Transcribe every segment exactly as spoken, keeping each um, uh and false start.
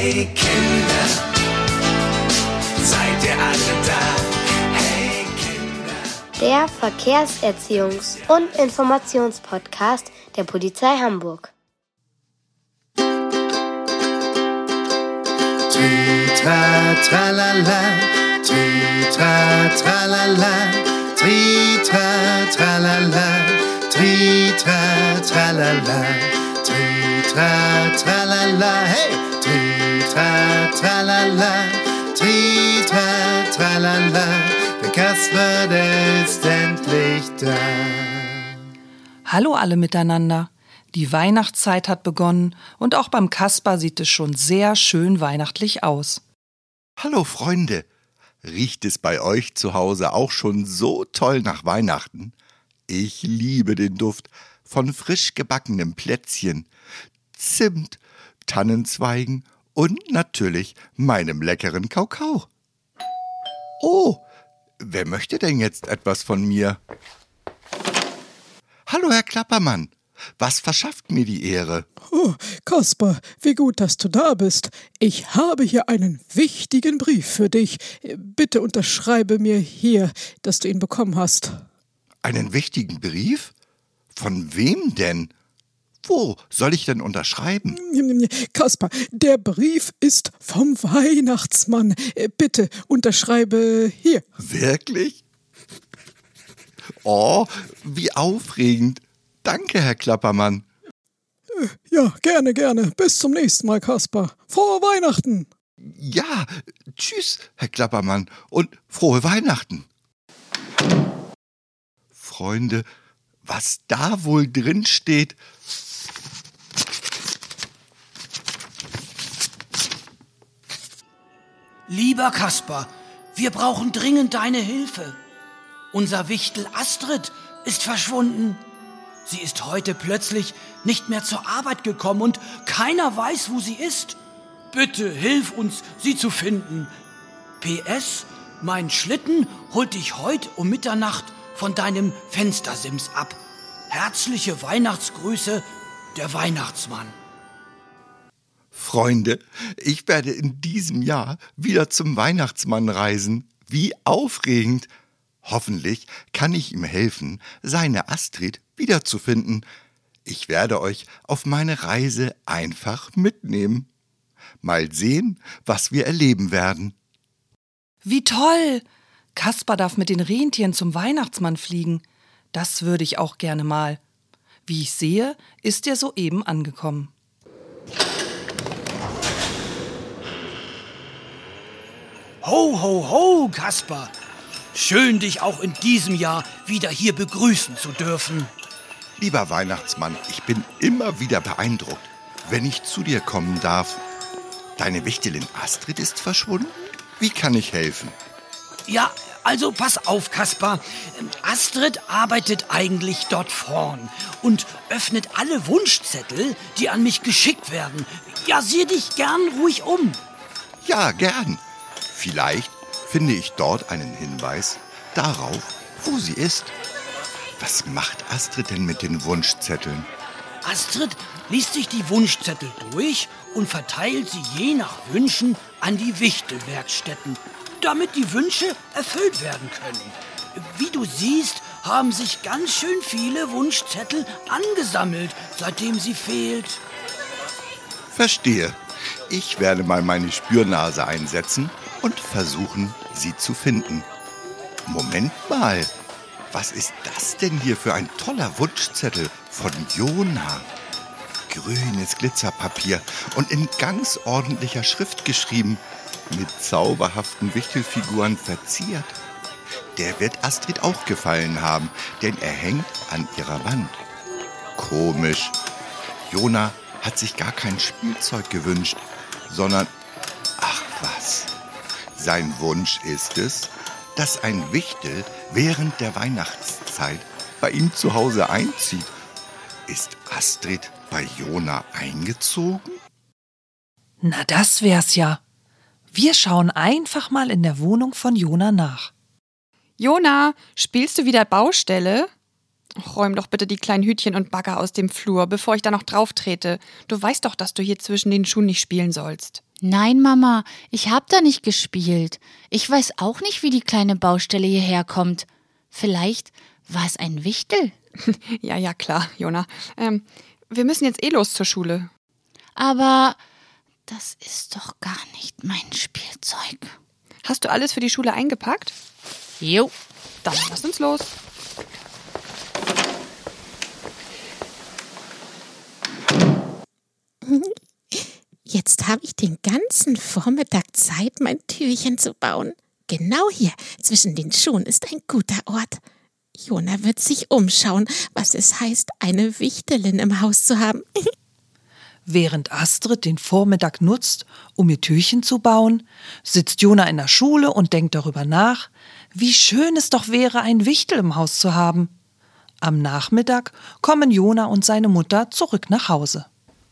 Hey Kinder, seid ihr alle da? Hey Kinder. Der Verkehrserziehungs- und Informationspodcast der Polizei Hamburg. Tri-tra, tralala, tri-tra, tralala, tri-tra, tralala, tri-tra, tralala, tri-tra, tralala, hey! Tri-tra, tralala, tri-tra, tralala, der Kasper, der ist endlich da. Hallo alle miteinander. Die Weihnachtszeit hat begonnen und auch beim Kasper sieht es schon sehr schön weihnachtlich aus. Hallo Freunde, riecht es bei euch zu Hause auch schon so toll nach Weihnachten? Ich liebe den Duft von frisch gebackenem Plätzchen, Zimt, Tannenzweigen und natürlich meinem leckeren Kakao. Oh, wer möchte denn jetzt etwas von mir? Hallo Herr Klappermann. Was verschafft mir die Ehre? Oh, Kasper, wie gut, dass du da bist. Ich habe hier einen wichtigen Brief für dich. Bitte unterschreibe mir hier, dass du ihn bekommen hast. Einen wichtigen Brief? Von wem denn? Wo soll ich denn unterschreiben? Kasper, der Brief ist vom Weihnachtsmann. Bitte unterschreibe hier. Wirklich? Oh, wie aufregend. Danke, Herr Klappermann. Ja, gerne, gerne. Bis zum nächsten Mal, Kasper. Frohe Weihnachten. Ja, tschüss, Herr Klappermann, und frohe Weihnachten. Freunde, was da wohl drin steht? Lieber Kasper, wir brauchen dringend deine Hilfe. Unser Wichtel Astrid ist verschwunden. Sie ist heute plötzlich nicht mehr zur Arbeit gekommen und keiner weiß, wo sie ist. Bitte hilf uns, sie zu finden. P S, mein Schlitten holt dich heute um Mitternacht von deinem Fenstersims ab. Herzliche Weihnachtsgrüße, der Weihnachtsmann. Freunde, ich werde in diesem Jahr wieder zum Weihnachtsmann reisen. Wie aufregend! Hoffentlich kann ich ihm helfen, seine Astrid wiederzufinden. Ich werde euch auf meine Reise einfach mitnehmen. Mal sehen, was wir erleben werden. Wie toll! Kasper darf mit den Rentieren zum Weihnachtsmann fliegen. Das würde ich auch gerne mal. Wie ich sehe, ist er soeben angekommen. Ho, ho, ho, Kasper! Schön, dich auch in diesem Jahr wieder hier begrüßen zu dürfen. Lieber Weihnachtsmann, ich bin immer wieder beeindruckt, wenn ich zu dir kommen darf. Deine Wichtelin Astrid ist verschwunden? Wie kann ich helfen? Ja, also pass auf, Kasper. Astrid arbeitet eigentlich dort vorn und öffnet alle Wunschzettel, die an mich geschickt werden. Ja, sieh dich gern ruhig um. Ja, gern. Vielleicht finde ich dort einen Hinweis darauf, wo sie ist. Was macht Astrid denn mit den Wunschzetteln? Astrid liest sich die Wunschzettel durch und verteilt sie je nach Wünschen an die Wichtelwerkstätten, damit die Wünsche erfüllt werden können. Wie du siehst, haben sich ganz schön viele Wunschzettel angesammelt, seitdem sie fehlt. Verstehe. Ich werde mal meine Spürnase einsetzen und versuchen, sie zu finden. Moment mal, was ist das denn hier für ein toller Wunschzettel von Jona? Grünes Glitzerpapier und in ganz ordentlicher Schrift geschrieben, mit zauberhaften Wichtelfiguren verziert. Der wird Astrid auch gefallen haben, denn er hängt an ihrer Wand. Komisch, Jona hat sich gar kein Spielzeug gewünscht, sondern, ach was, sein Wunsch ist es, dass ein Wichtel während der Weihnachtszeit bei ihm zu Hause einzieht. Ist Astrid bei Jona eingezogen? Na, das wär's ja. Wir schauen einfach mal in der Wohnung von Jona nach. Jona, spielst du wieder Baustelle? Räum doch bitte die kleinen Hütchen und Bagger aus dem Flur, bevor ich da noch drauf trete. Du weißt doch, dass du hier zwischen den Schuhen nicht spielen sollst. Nein, Mama, ich hab da nicht gespielt. Ich weiß auch nicht, wie die kleine Baustelle hierher kommt. Vielleicht war es ein Wichtel. Ja, ja, klar, Jona. Ähm, wir müssen jetzt eh los zur Schule. Aber das ist doch gar nicht mein Spielzeug. Hast du alles für die Schule eingepackt? Jo. Dann lass uns los. Jetzt habe ich den ganzen Vormittag Zeit, mein Türchen zu bauen. Genau hier, zwischen den Schuhen, ist ein guter Ort. Jona wird sich umschauen, was es heißt, eine Wichtelin im Haus zu haben. Während Astrid den Vormittag nutzt, um ihr Türchen zu bauen, sitzt Jona in der Schule und denkt darüber nach, wie schön es doch wäre, ein Wichtel im Haus zu haben. Am Nachmittag kommen Jona und seine Mutter zurück nach Hause.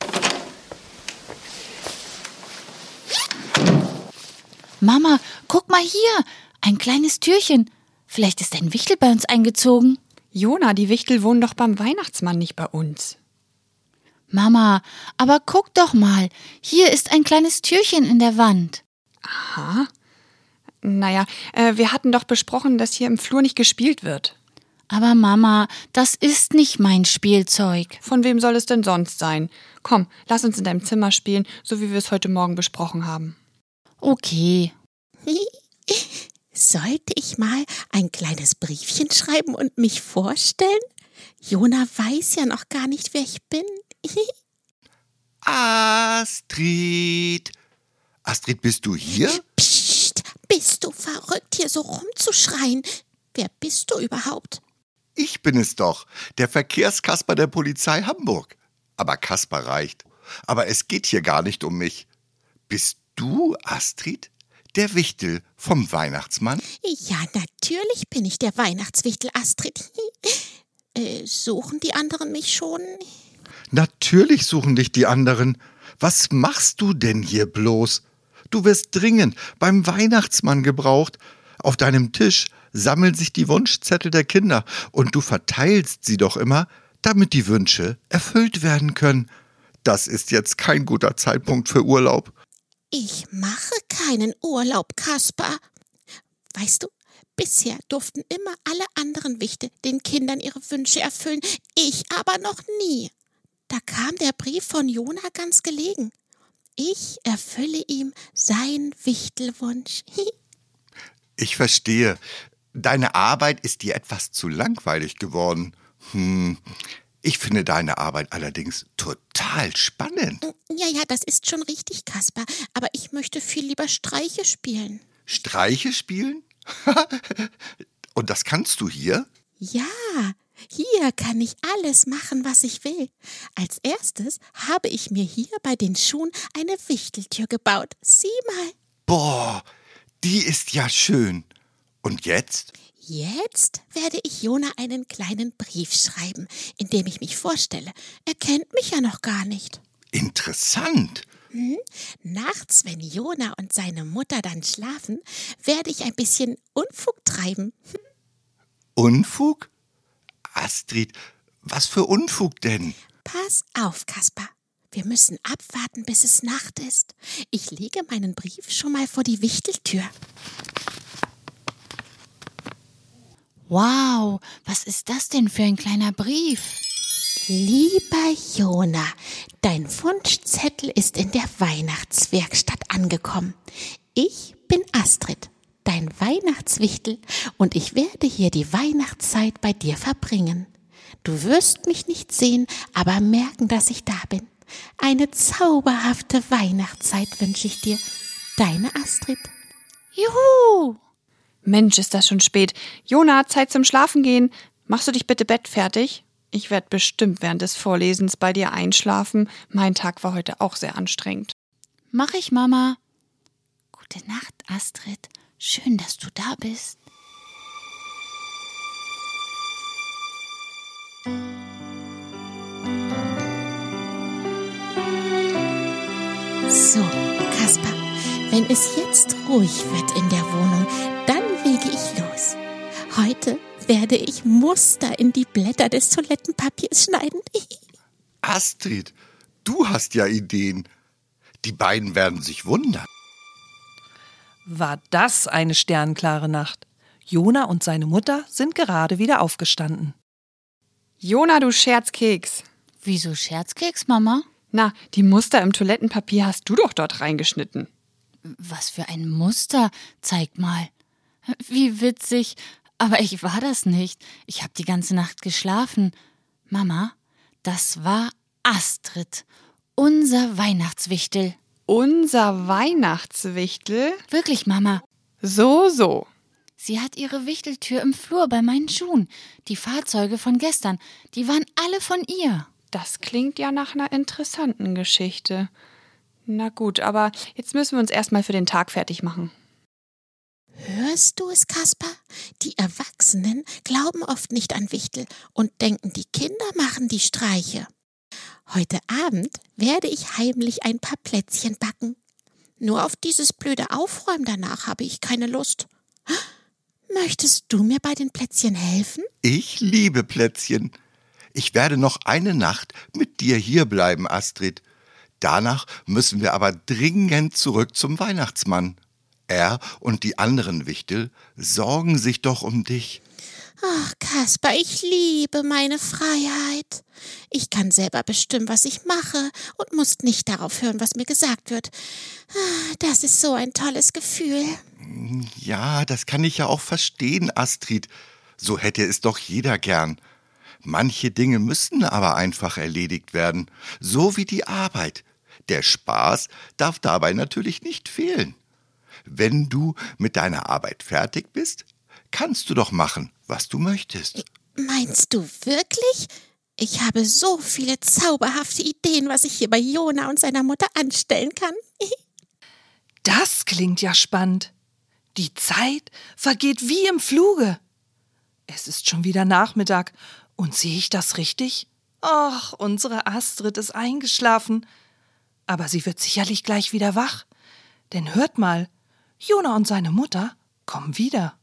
Mama, guck mal hier, ein kleines Türchen. Vielleicht ist ein Wichtel bei uns eingezogen. Jona, die Wichtel wohnen doch beim Weihnachtsmann, nicht bei uns. Mama, aber guck doch mal, hier ist ein kleines Türchen in der Wand. Aha. Naja, äh, wir hatten doch besprochen, dass hier im Flur nicht gespielt wird. Aber Mama, das ist nicht mein Spielzeug. Von wem soll es denn sonst sein? Komm, lass uns in deinem Zimmer spielen, so wie wir es heute Morgen besprochen haben. Okay. Sollte ich mal ein kleines Briefchen schreiben und mich vorstellen? Jona weiß ja noch gar nicht, wer ich bin. Astrid! Astrid, bist du hier? Psst, bist du verrückt, hier so rumzuschreien? Wer bist du überhaupt? Ich bin es doch, der Verkehrskasper der Polizei Hamburg. Aber Kasper reicht. Aber es geht hier gar nicht um mich. Bist du, Astrid, der Wichtel vom Weihnachtsmann? Ja, natürlich bin ich der Weihnachtswichtel, Astrid. äh, suchen die anderen mich schon? Natürlich suchen dich die anderen. Was machst du denn hier bloß? Du wirst dringend beim Weihnachtsmann gebraucht. Auf deinem Tisch sammeln sich die Wunschzettel der Kinder und du verteilst sie doch immer, damit die Wünsche erfüllt werden können. Das ist jetzt kein guter Zeitpunkt für Urlaub. Ich mache keinen Urlaub, Kasper. Weißt du, bisher durften immer alle anderen Wichte den Kindern ihre Wünsche erfüllen, ich aber noch nie. Da kam der Brief von Jona ganz gelegen. Ich erfülle ihm seinen Wichtelwunsch. Ich verstehe. Deine Arbeit ist dir etwas zu langweilig geworden. Hm. Ich finde deine Arbeit allerdings total spannend. Ja, ja, das ist schon richtig, Kasper. Aber ich möchte viel lieber Streiche spielen. Streiche spielen? Und das kannst du hier? Ja, hier kann ich alles machen, was ich will. Als erstes habe ich mir hier bei den Schuhen eine Wichteltür gebaut. Sieh mal. Boah, die ist ja schön. Und jetzt? Jetzt werde ich Jona einen kleinen Brief schreiben, in dem ich mich vorstelle. Er kennt mich ja noch gar nicht. Interessant. Hm? Nachts, wenn Jona und seine Mutter dann schlafen, werde ich ein bisschen Unfug treiben. Unfug? Astrid, was für Unfug denn? Pass auf, Kasper. Wir müssen abwarten, bis es Nacht ist. Ich lege meinen Brief schon mal vor die Wichteltür. Wow, was ist das denn für ein kleiner Brief? Lieber Jona, dein Wunschzettel ist in der Weihnachtswerkstatt angekommen. Ich bin Astrid, dein Weihnachtswichtel, und ich werde hier die Weihnachtszeit bei dir verbringen. Du wirst mich nicht sehen, aber merken, dass ich da bin. Eine zauberhafte Weihnachtszeit wünsche ich dir. Deine Astrid. Juhu! Mensch, ist das schon spät. Jona, Zeit zum Schlafen gehen. Machst du dich bitte bettfertig? Ich werde bestimmt während des Vorlesens bei dir einschlafen. Mein Tag war heute auch sehr anstrengend. Mach ich, Mama. Gute Nacht, Astrid. Schön, dass du da bist. So, Kasper, wenn es jetzt ruhig wird in der Wohnung, dann lege ich los. Heute werde ich Muster in die Blätter des Toilettenpapiers schneiden. Astrid, du hast ja Ideen. Die beiden werden sich wundern. War das eine sternklare Nacht? Jona und seine Mutter sind gerade wieder aufgestanden. Jona, du Scherzkeks. Wieso Scherzkeks, Mama? Na, die Muster im Toilettenpapier hast du doch dort reingeschnitten. Was für ein Muster? Zeig mal. Wie witzig. Aber ich war das nicht. Ich habe die ganze Nacht geschlafen. Mama, das war Astrid, unser Weihnachtswichtel. Unser Weihnachtswichtel? Wirklich, Mama. So, so. Sie hat ihre Wichteltür im Flur bei meinen Schuhen. Die Fahrzeuge von gestern, die waren alle von ihr. Das klingt ja nach einer interessanten Geschichte. Na gut, aber jetzt müssen wir uns erstmal für den Tag fertig machen. Hörst du es, Kasper? Die Erwachsenen glauben oft nicht an Wichtel und denken, die Kinder machen die Streiche. Heute Abend werde ich heimlich ein paar Plätzchen backen. Nur auf dieses blöde Aufräumen danach habe ich keine Lust. Möchtest du mir bei den Plätzchen helfen? Ich liebe Plätzchen. Ich werde noch eine Nacht mit dir hier bleiben, Astrid. Danach müssen wir aber dringend zurück zum Weihnachtsmann. Er und die anderen Wichtel sorgen sich doch um dich. Ach, Kasper, ich liebe meine Freiheit. Ich kann selber bestimmen, was ich mache und muss nicht darauf hören, was mir gesagt wird. Das ist so ein tolles Gefühl. Ja, das kann ich ja auch verstehen, Astrid. So hätte es doch jeder gern. Manche Dinge müssen aber einfach erledigt werden, so wie die Arbeit. Der Spaß darf dabei natürlich nicht fehlen. Wenn du mit deiner Arbeit fertig bist, kannst du doch machen, was du möchtest. Meinst du wirklich? Ich habe so viele zauberhafte Ideen, was ich hier bei Jona und seiner Mutter anstellen kann. Das klingt ja spannend. Die Zeit vergeht wie im Fluge. Es ist schon wieder Nachmittag. Und sehe ich das richtig? Ach, unsere Astrid ist eingeschlafen. Aber sie wird sicherlich gleich wieder wach. Denn hört mal, Jona und seine Mutter kommen wieder.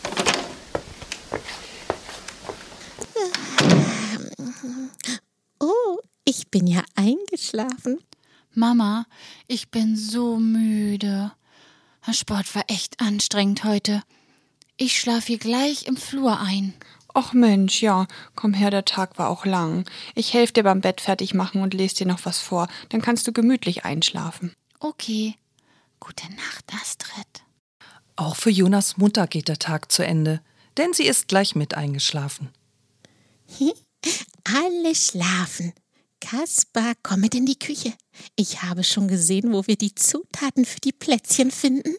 Oh, ich bin ja eingeschlafen. Mama, ich bin so müde. Der Sport war echt anstrengend heute. Ich schlafe hier gleich im Flur ein. Ach Mensch, ja, komm her, der Tag war auch lang. Ich helfe dir beim Bett fertig machen und lese dir noch was vor. Dann kannst du gemütlich einschlafen. Okay. Gute Nacht, Astrid. Auch für Jonas Mutter geht der Tag zu Ende, denn sie ist gleich mit eingeschlafen. Alle schlafen. Kasper, komm mit in die Küche. Ich habe schon gesehen, wo wir die Zutaten für die Plätzchen finden.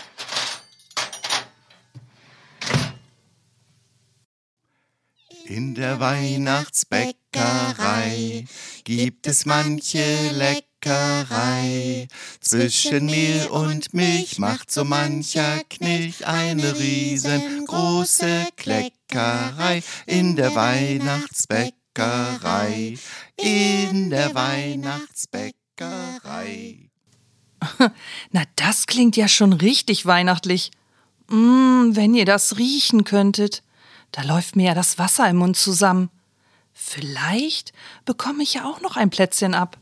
In der Weihnachtsbäckerei gibt es manche Leckerei. Zwischen Mehl und Milch macht so mancher Knilch eine riesengroße Kleckerei. In der Weihnachtsbäckerei, in der Weihnachtsbäckerei. Na, das klingt ja schon richtig weihnachtlich. Mm, wenn ihr das riechen könntet. Da läuft mir ja das Wasser im Mund zusammen. Vielleicht bekomme ich ja auch noch ein Plätzchen ab.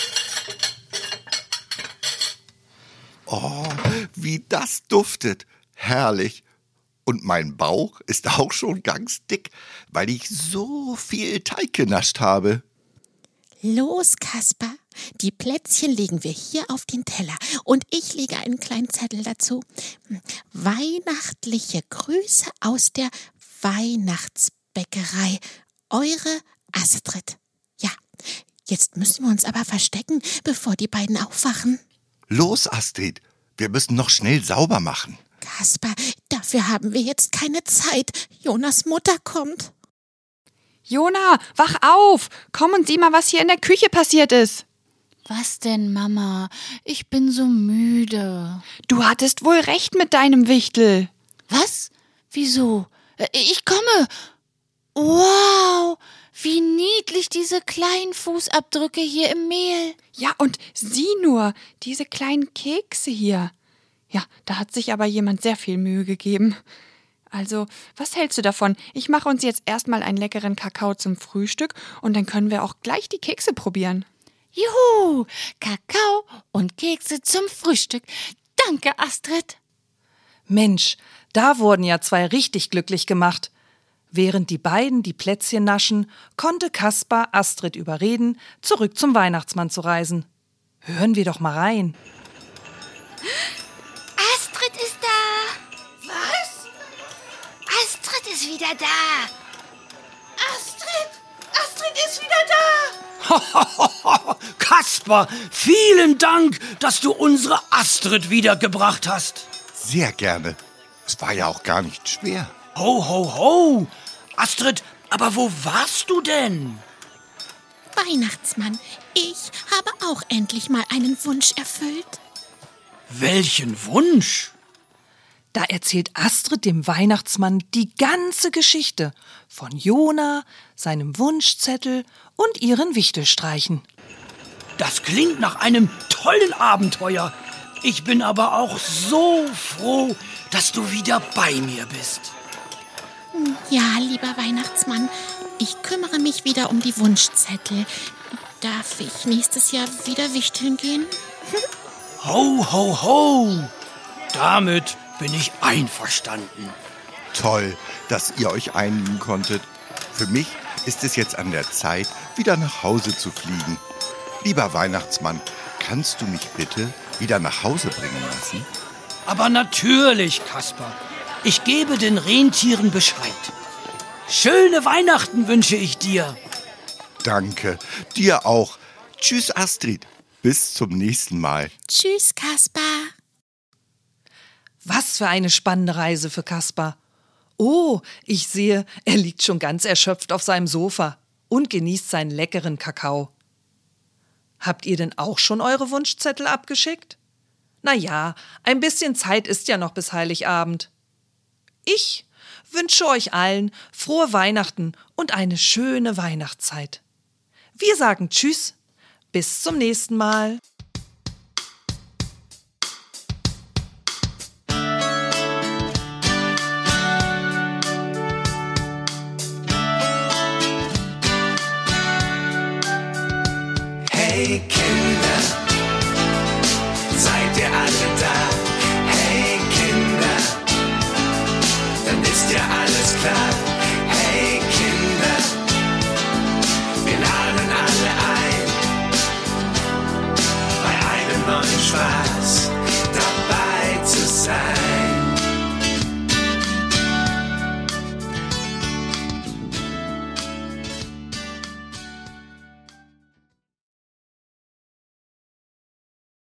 Oh, wie das duftet. Herrlich. Und mein Bauch ist auch schon ganz dick, weil ich so viel Teig genascht habe. Los, Kasper, die Plätzchen legen wir hier auf den Teller und ich lege einen kleinen Zettel dazu. Weihnachtliche Grüße aus der Weihnachtsbäckerei. Eure Astrid. Ja, jetzt müssen wir uns aber verstecken, bevor die beiden aufwachen. Los, Astrid, wir müssen noch schnell sauber machen. Kasper, dafür haben wir jetzt keine Zeit. Jonas Mutter kommt. Jona, wach auf! Komm und sieh mal, was hier in der Küche passiert ist. Was denn, Mama? Ich bin so müde. Du hattest wohl recht mit deinem Wichtel. Was? Wieso? Ich komme. Wow, wie niedlich diese kleinen Fußabdrücke hier im Mehl. Ja, und sieh nur, diese kleinen Kekse hier. Ja, da hat sich aber jemand sehr viel Mühe gegeben. Also, was hältst du davon? Ich mache uns jetzt erstmal einen leckeren Kakao zum Frühstück und dann können wir auch gleich die Kekse probieren. Juhu, Kakao und Kekse zum Frühstück. Danke, Astrid. Mensch, da wurden ja zwei richtig glücklich gemacht. Während die beiden die Plätzchen naschen, konnte Kaspar Astrid überreden, zurück zum Weihnachtsmann zu reisen. Hören wir doch mal rein. Astrid ist da. Was? Astrid ist wieder da. Astrid, Astrid ist wieder da. Kaspar, vielen Dank, dass du unsere Astrid wiedergebracht hast. Sehr gerne. Es war ja auch gar nicht schwer. Ho, ho, ho. Astrid, aber wo warst du denn? Weihnachtsmann, ich habe auch endlich mal einen Wunsch erfüllt. Welchen Wunsch? Da erzählt Astrid dem Weihnachtsmann die ganze Geschichte von Jona, seinem Wunschzettel und ihren Wichtelstreichen. Das klingt nach einem tollen Abenteuer. Ich bin aber auch so froh, dass du wieder bei mir bist. Ja, lieber Weihnachtsmann, ich kümmere mich wieder um die Wunschzettel. Darf ich nächstes Jahr wieder wichteln gehen? Ho, ho, ho. Damit bin ich einverstanden. Toll, dass ihr euch einigen konntet. Für mich ist es jetzt an der Zeit, wieder nach Hause zu fliegen. Lieber Weihnachtsmann, kannst du mich bitte wieder nach Hause bringen lassen? Aber natürlich, Kaspar. Ich gebe den Rentieren Bescheid. Schöne Weihnachten wünsche ich dir. Danke, dir auch. Tschüss, Astrid. Bis zum nächsten Mal. Tschüss, Kaspar. Was für eine spannende Reise für Kaspar. Oh, ich sehe, er liegt schon ganz erschöpft auf seinem Sofa und genießt seinen leckeren Kakao. Habt ihr denn auch schon eure Wunschzettel abgeschickt? Na ja, ein bisschen Zeit ist ja noch bis Heiligabend. Ich wünsche euch allen frohe Weihnachten und eine schöne Weihnachtszeit. Wir sagen Tschüss, bis zum nächsten Mal. Hey Kinder, seid ihr alle da? Hey Kinder, dann ist ja alles klar. Hey Kinder, wir laden alle ein bei einem neuen Spaß.